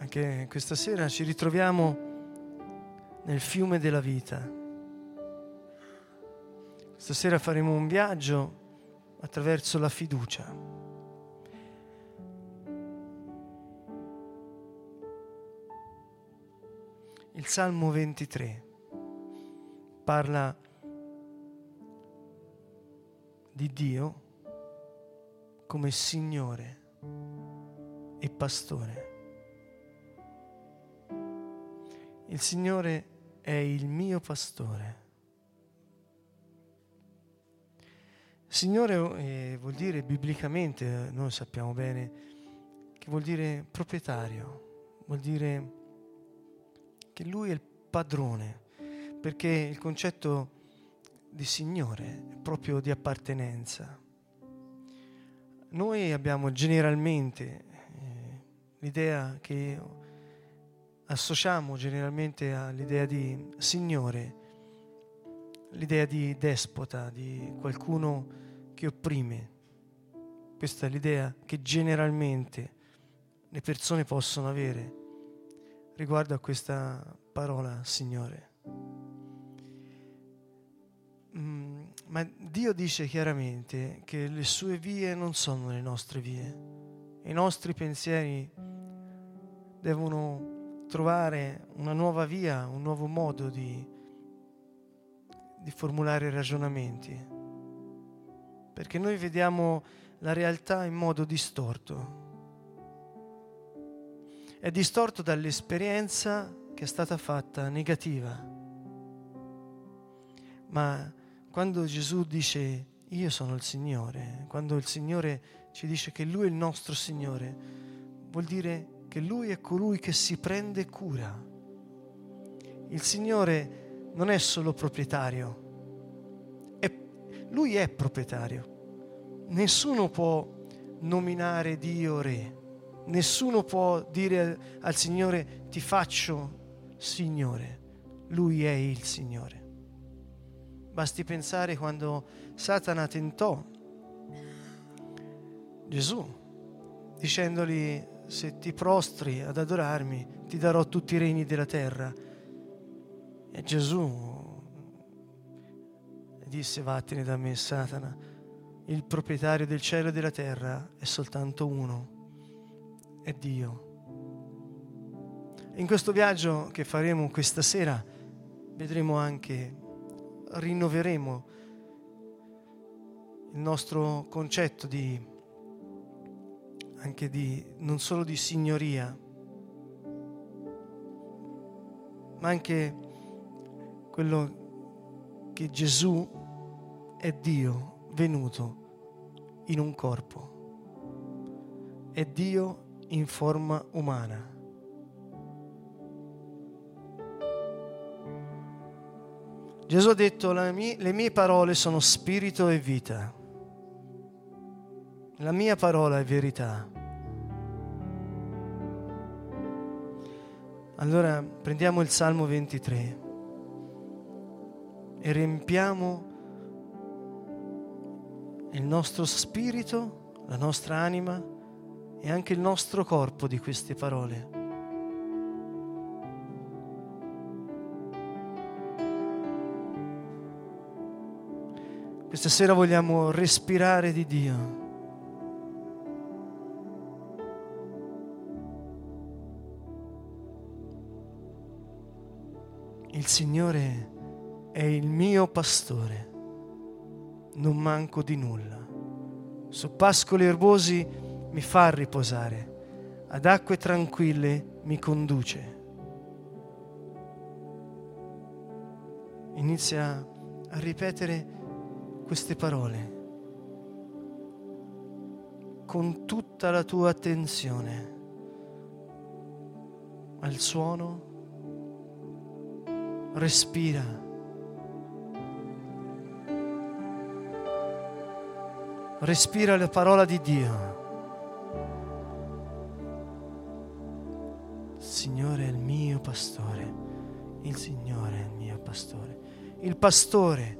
Anche questa sera ci ritroviamo nel fiume della vita. Stasera faremo un viaggio attraverso la fiducia. Il Salmo 23 parla di Dio come Signore e Pastore. Il Signore è il mio pastore. Signore vuol dire biblicamente, noi sappiamo bene, che vuol dire proprietario, vuol dire che Lui è il padrone, perché il concetto di Signore è proprio di appartenenza. Noi abbiamo generalmente l'idea che associamo generalmente all'idea di Signore, l'idea di despota, di qualcuno che opprime. Questa è l'idea che generalmente le persone possono avere riguardo a questa parola Signore. Ma Dio dice chiaramente che le sue vie non sono le nostre vie. I nostri pensieri devono trovare una nuova via, un nuovo modo di formulare ragionamenti, perché noi vediamo la realtà in modo distorto. È distorto dall'esperienza che è stata fatta negativa. Ma quando Gesù dice io sono il Signore, quando il Signore ci dice che Lui è il nostro Signore, vuol dire che Lui è colui che si prende cura. Il Signore non è solo proprietario, Lui è proprietario. Nessuno può nominare Dio Re, nessuno può dire al Signore ti faccio Signore. Lui è il Signore. Basti pensare quando Satana tentò Gesù, dicendogli se ti prostri ad adorarmi ti darò tutti i regni della terra. E Gesù disse vattene da me Satana, il proprietario del cielo e della terra è soltanto uno, è Dio. In questo viaggio che faremo questa sera vedremo anche, rinnoveremo il nostro concetto anche non solo di signoria, ma anche quello che Gesù è Dio venuto in un corpo, è Dio in forma umana. Gesù ha detto le mie parole sono spirito e vita. La mia parola è verità. Allora prendiamo il Salmo 23 e riempiamo il nostro spirito, la nostra anima e anche il nostro corpo di queste parole. Questa sera vogliamo respirare di Dio. Il Signore è il mio pastore, non manco di nulla. Su pascoli erbosi mi fa riposare, ad acque tranquille mi conduce. Inizia a ripetere queste parole con tutta la tua attenzione al suono. Respira. Respira la parola di Dio. Il Signore è il mio pastore. Il Signore è il mio pastore. Il pastore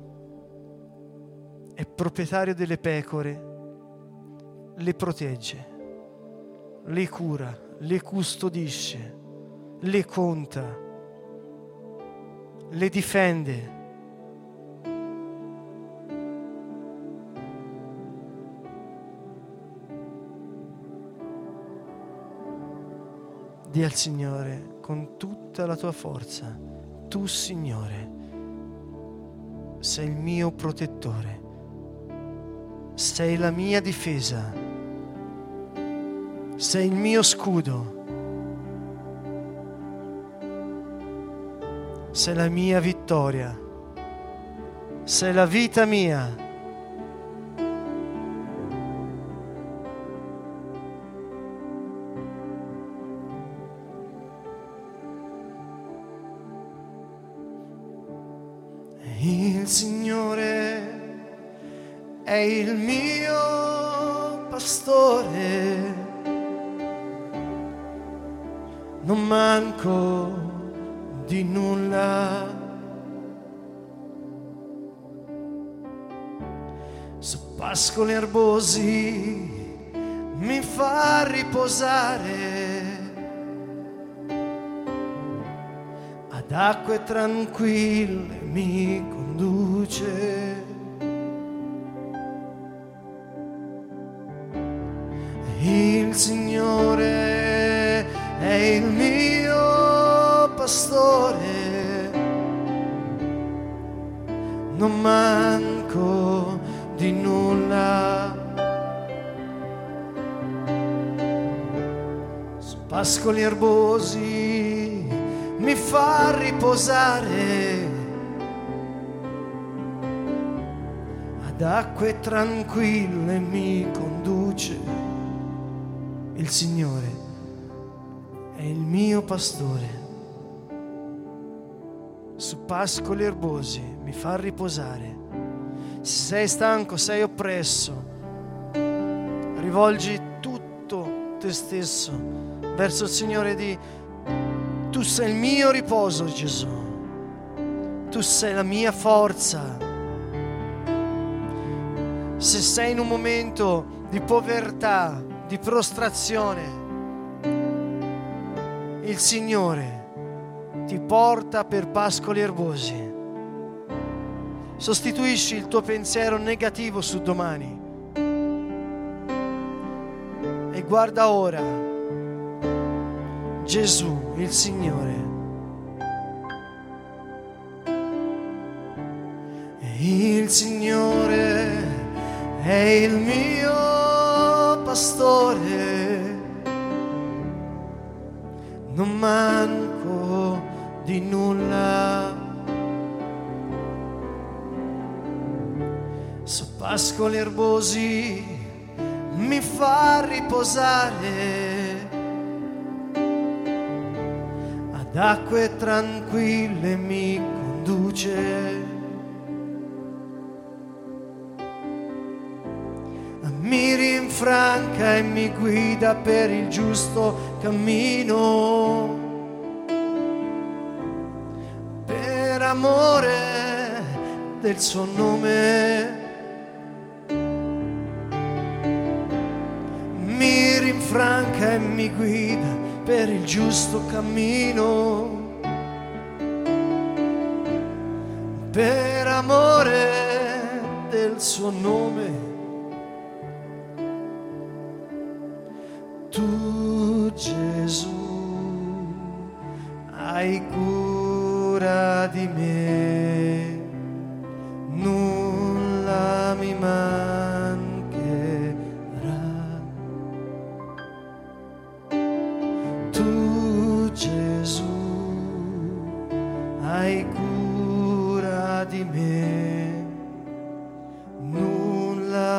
è proprietario delle pecore, le protegge, le cura, le custodisce, le conta, le difende. Dì al Signore con tutta la tua forza: tu, Signore, sei il mio protettore, sei la mia difesa, sei il mio scudo, sei la mia vittoria, sei la vita mia. Il Signore è il mio pastore, non manco di nulla. Su pascoli erbosi mi fa riposare, ad acque tranquille mi conduce. Il Signore è il mio pastore, non manco di nulla. Su pascoli erbosi mi fa riposare, ad acque tranquille mi conduce. Il Signore è il mio pastore, su pascoli erbosi mi fa riposare. Se sei stanco, sei oppresso, rivolgi tutto te stesso verso il Signore e di: tu sei il mio riposo, Gesù, tu sei la mia forza. Se sei in un momento di povertà, di prostrazione, il Signore ti porta per pascoli erbosi. Sostituisci il tuo pensiero negativo su domani e guarda ora Gesù, il Signore. Il Signore è il mio pastore, non manco di nulla. Su pascoli erbosi mi fa riposare, ad acque tranquille mi conduce. Mi rinfranca e mi guida per il giusto cammino, per amore del suo nome. Mi rinfranca e mi guida per il giusto cammino, per amore del suo nome. Tu, Gesù, hai cura di me, nulla mi mancherà. Tu, Gesù, hai cura di me, nulla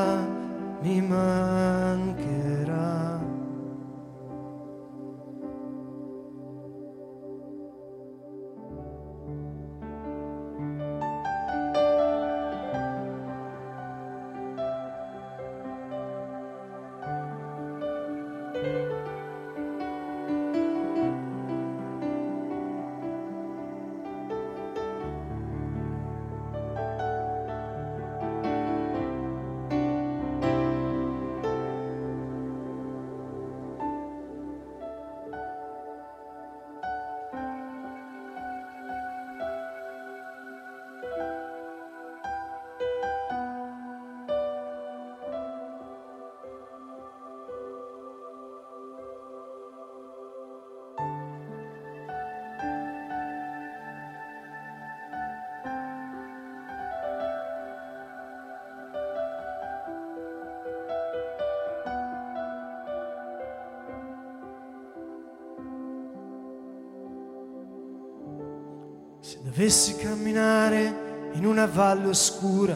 Se dovessi camminare in una valle oscura,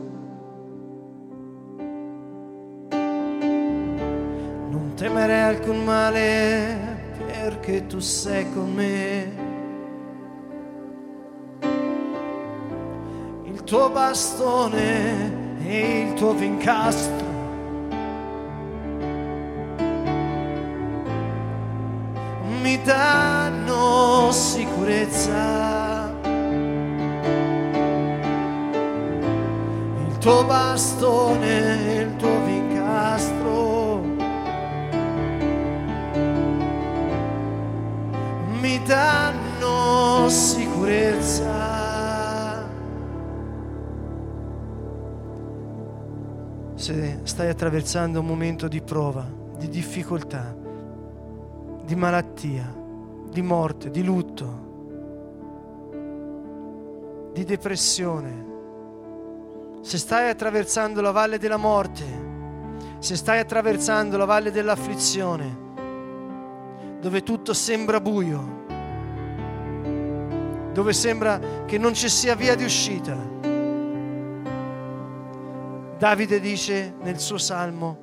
non temerei alcun male, perché tu sei con me. Il tuo bastone e il tuo vincastro mi danno sicurezza. Il tuo bastone e il tuo vincastro mi danno sicurezza. Se stai attraversando un momento di prova, di difficoltà, di malattia, di morte, di lutto, di depressione, se stai attraversando la valle della morte, se stai attraversando la valle dell'afflizione, dove tutto sembra buio, dove sembra che non ci sia via di uscita, Davide dice nel suo salmo: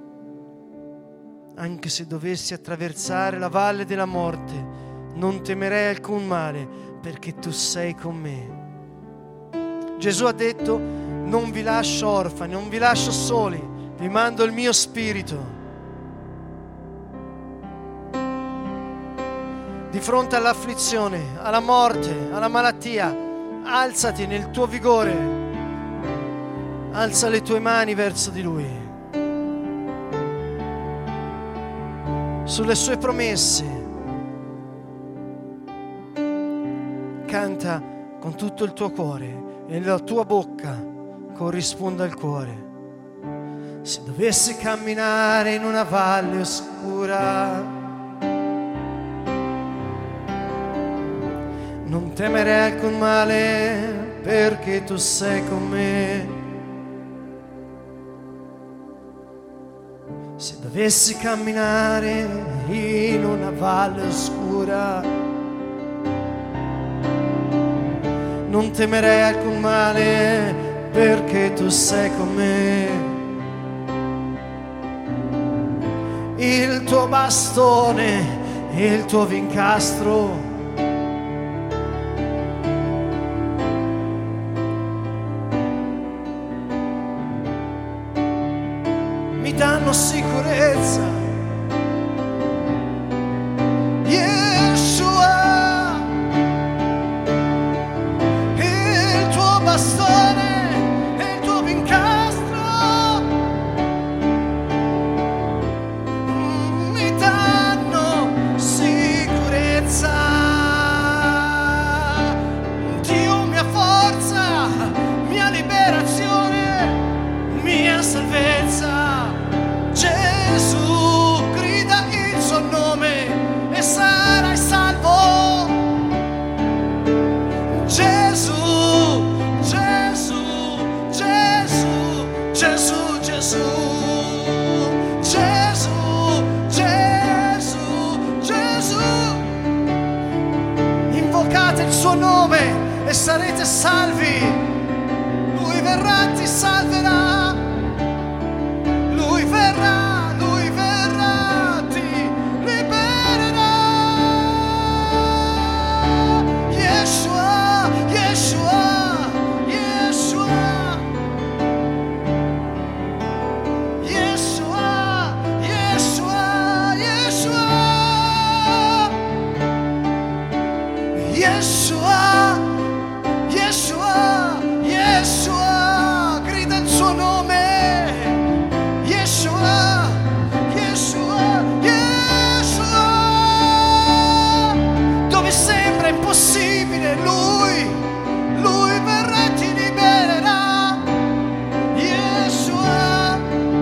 anche se dovessi attraversare la valle della morte, non temerei alcun male, perché tu sei con me. Gesù ha detto: non vi lascio orfani, non vi lascio soli, vi mando il mio spirito. Di fronte all'afflizione, alla morte, alla malattia, alzati nel tuo vigore, alza le tue mani verso di Lui, sulle sue promesse, canta con tutto il tuo cuore e la tua bocca corrisponda al cuore. Se dovessi camminare in una valle oscura, non temerei alcun male, perché tu sei con me. Se dovessi camminare in una valle oscura, non temerei alcun male, perché tu sei con me. Il tuo bastone e il tuo vincastro mi danno sicurezza. Yeshua, il tuo bastone e il tuo vincastro mi danno sicurezza. Dio, mia forza, mia liberazione, mia salvezza. Gesù, grida il suo nome e sarai salvo. Gesù, Gesù, Gesù, Gesù, Gesù, Gesù, Gesù, Gesù. Invocate il suo nome e sarete salvi. Lui verrà, ti salverà. Lui verrà, ti libererà. Yeshua, Yeshua, Yeshua, Yeshua, Yeshua, Yeshua, Yeshua, Yeshua, Yeshua, grida il suo nome. Yeshua, Yeshua, Yeshua. Dove sembra impossibile, Lui verrà e ti libererà. Yeshua,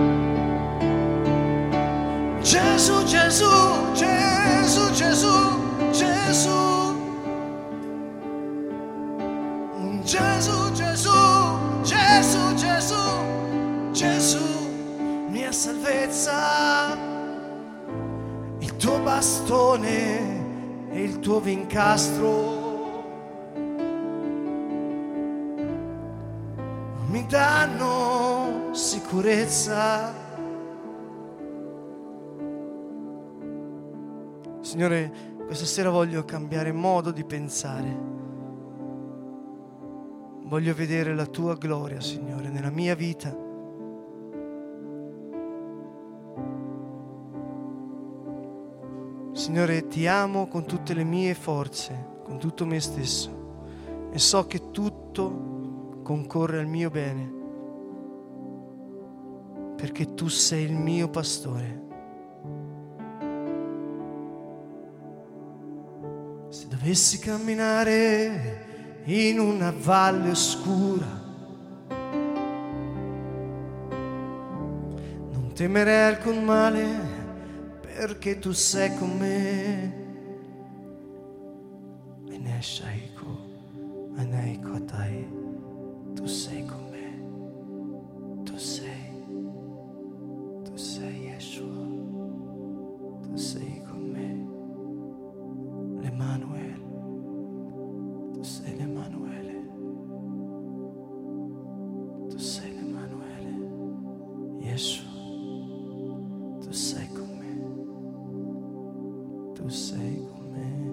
Gesù, Gesù, Gesù, Gesù, Gesù, Gesù, Gesù, Gesù, Gesù, Gesù, mia salvezza. Il tuo bastone e il tuo vincastro mi danno sicurezza. Signore, questa sera voglio cambiare modo di pensare. Voglio vedere la tua gloria, Signore, nella mia vita. Signore, ti amo con tutte le mie forze, con tutto me stesso, e so che tutto concorre al mio bene, perché tu sei il mio pastore. Se dovessi camminare in una valle oscura, non temerei alcun male, perché tu sei con me. Tu sei con me, tu sei Yeshua, tu sei con me, l'Emanuele, tu sei l'Emanuele, tu sei l'Emanuele, Yeshua, tu sei con me, tu sei con me,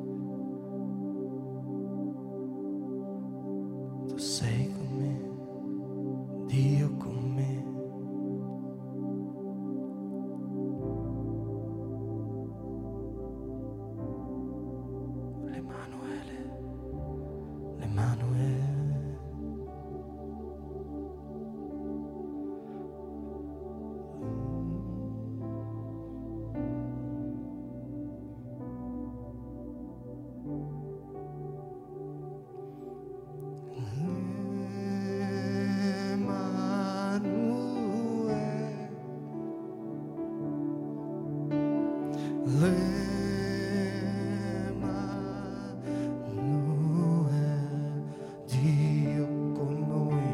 tu sei con me, Dio con me. L'Emanuele, l'Emanuele. Dio con noi,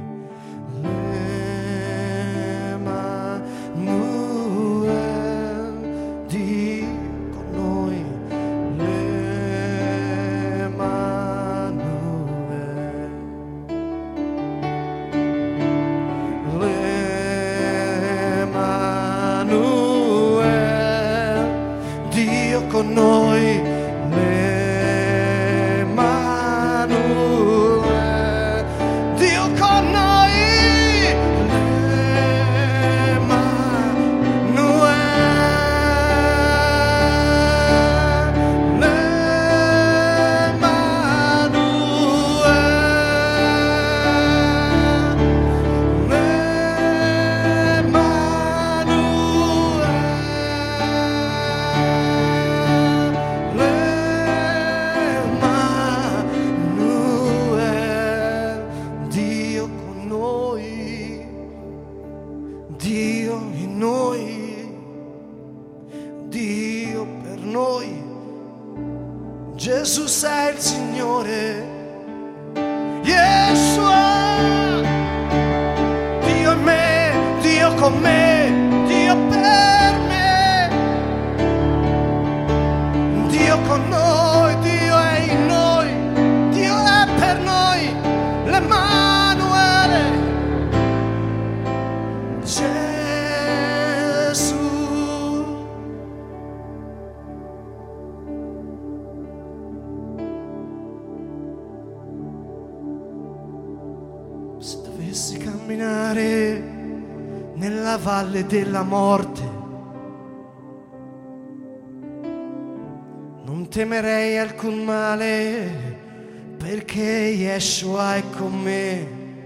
l'Emanuele, Dio con noi, l'Emanuele, Dio con noi, l'Emanuele, Dio con noi, Dio con noi, Dio in noi, Dio per noi. Gesù sei il Signore, Yeshua, Dio in me, Dio con me, Dio per me, Dio con noi, Dio è in noi, Dio è per noi, l'Emanuele, Gesù. Se dovessi camminare nella valle della morte, non temerei alcun male, perché Yeshua è con me.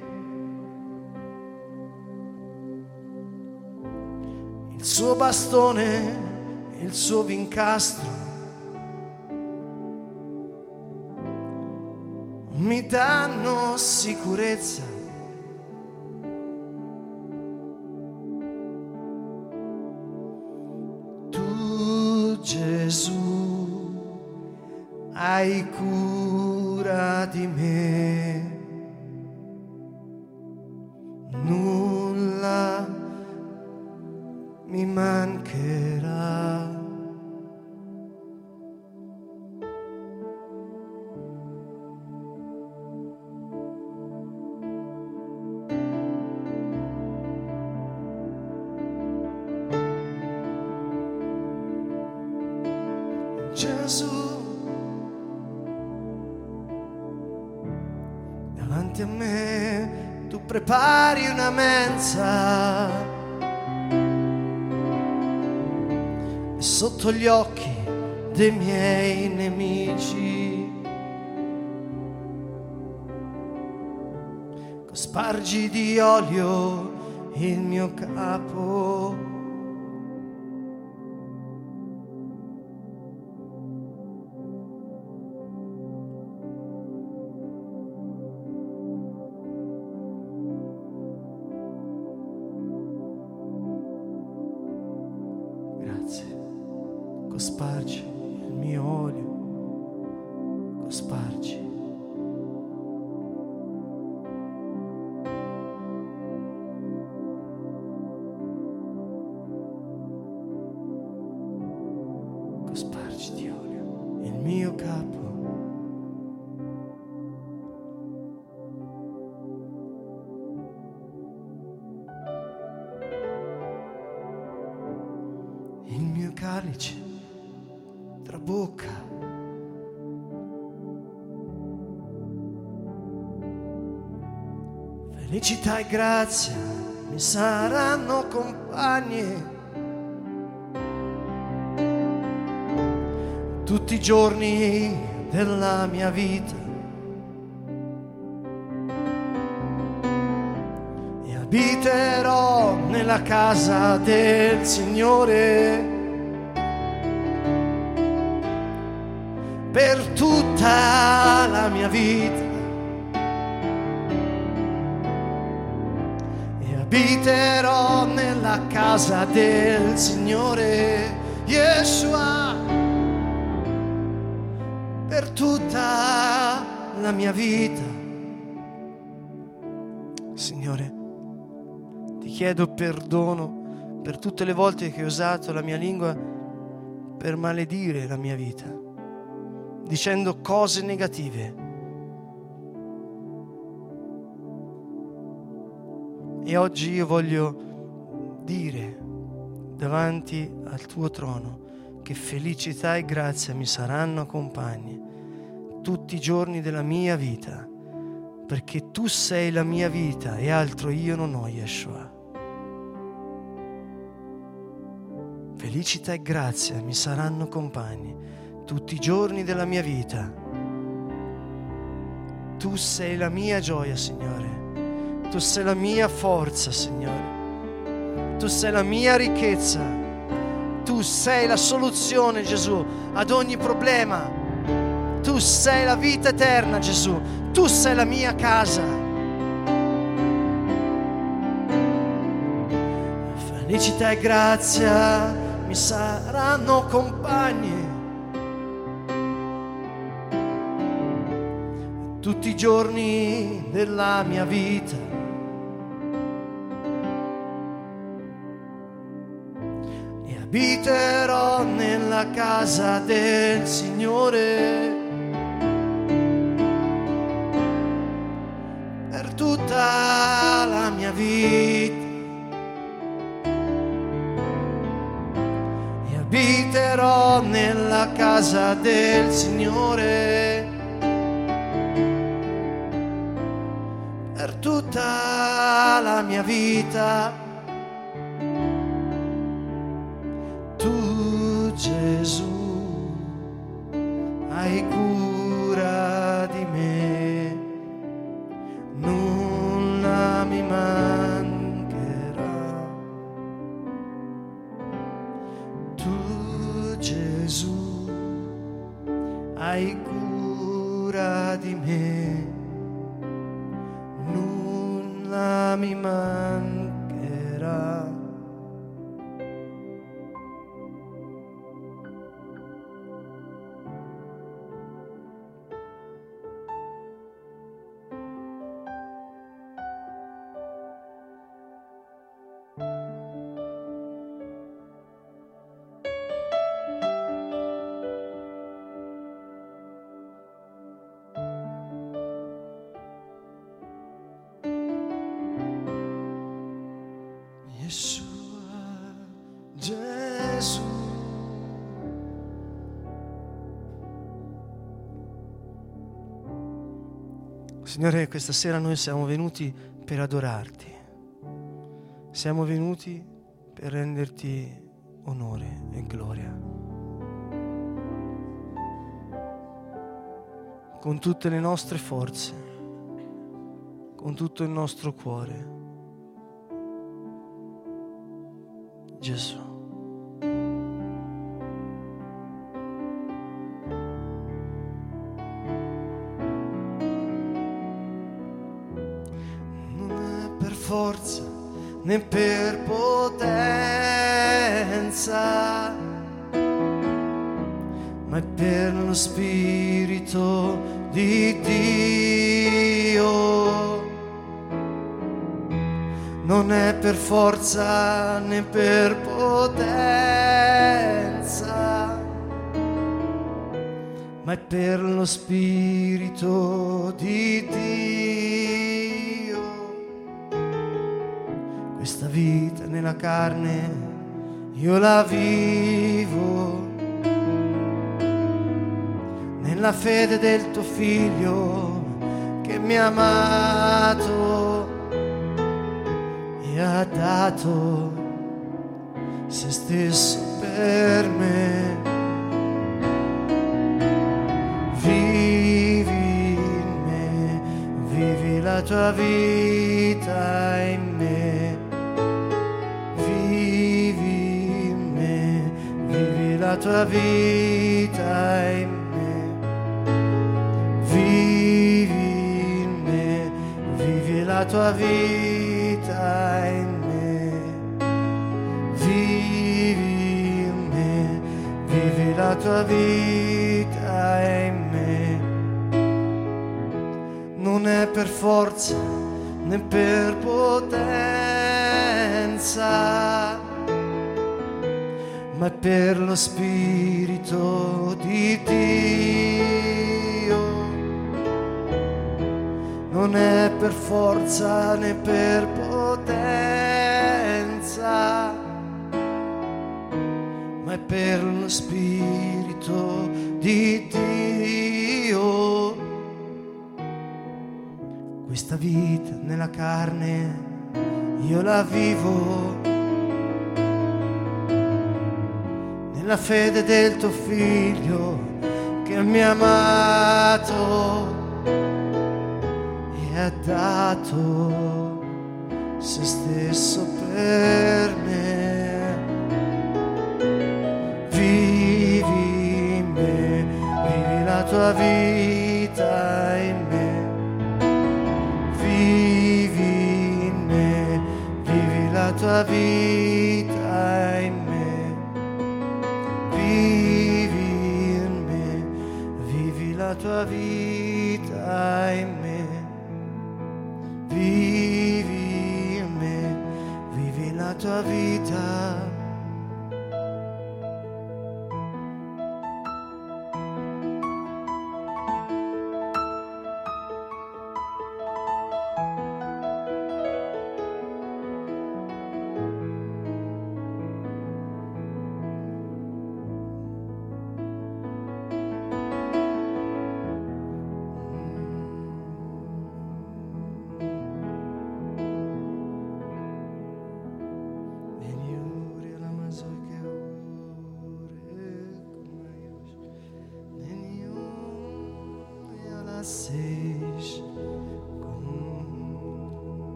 Il suo bastone, il suo vincastro mi danno sicurezza. Tu, Gesù, hai cura di me, nulla mi mancherà. Gesù. Davanti a me tu prepari una mensa e sotto gli occhi dei miei nemici spargi di olio il mio capo. Cospargi il mio olio, cospargi. Cospargi di olio il mio capo. Il mio calice trabocca. Felicità e grazia mi saranno compagni tutti i giorni della mia vita e abiterò nella casa del Signore per tutta la mia vita e abiterò nella casa del Signore Yeshua per tutta la mia vita. Signore, ti chiedo perdono per tutte le volte che ho usato la mia lingua per maledire la mia vita, dicendo cose negative. E oggi io voglio dire davanti al tuo trono che felicità e grazia mi saranno compagni tutti i giorni della mia vita, perché tu sei la mia vita e altro io non ho, Yeshua. Felicità e grazia mi saranno compagni tutti i giorni della mia vita. Tu sei la mia gioia, Signore. Tu sei la mia forza, Signore. Tu sei la mia ricchezza. Tu sei la soluzione, Gesù, ad ogni problema. Tu sei la vita eterna, Gesù. Tu sei la mia casa. Felicità e grazia mi saranno compagni tutti i giorni della mia vita e abiterò nella casa del Signore per tutta la mia vita e abiterò nella casa del Signore per tutta la mia vita. Tu, Gesù, hai cura di me, nulla mi mancherà. Tu, Gesù, hai cura di me, nulla mi mancherà. Yeshua, Gesù, Signore, questa sera noi siamo venuti per adorarti, siamo venuti per renderti onore e gloria. Con tutte le nostre forze, con tutto il nostro cuore. Gesù. Non è per forza né per potenza, ma è per lo Spirito di Dio. Non è per forza né per potenza, ma è per lo Spirito di Dio. Questa vita nella carne io la vivo nella fede del tuo Figlio che mi ha amato e ha dato se stesso per me. Vivi in me, vivi la tua vita in me. Vivi in me, vivi la tua vita in me. Vivi in me, vivi la tua vita in me. Vivi in me, vivi la tua vita in me. Non è per forza né per potenza, ma è per lo Spirito di Dio. Non è per forza né per potenza, ma è per lo Spirito di Dio. Questa vita nella carne io la vivo nella fede del tuo Figlio che mi ha amato e ha dato se stesso per me. Vivi in me, vivi la tua vita in me. Vivi in me, vivi la tua vita in me. Vivi in me, vivi la tua vita in me. Vivi in me, vivi la tua vita.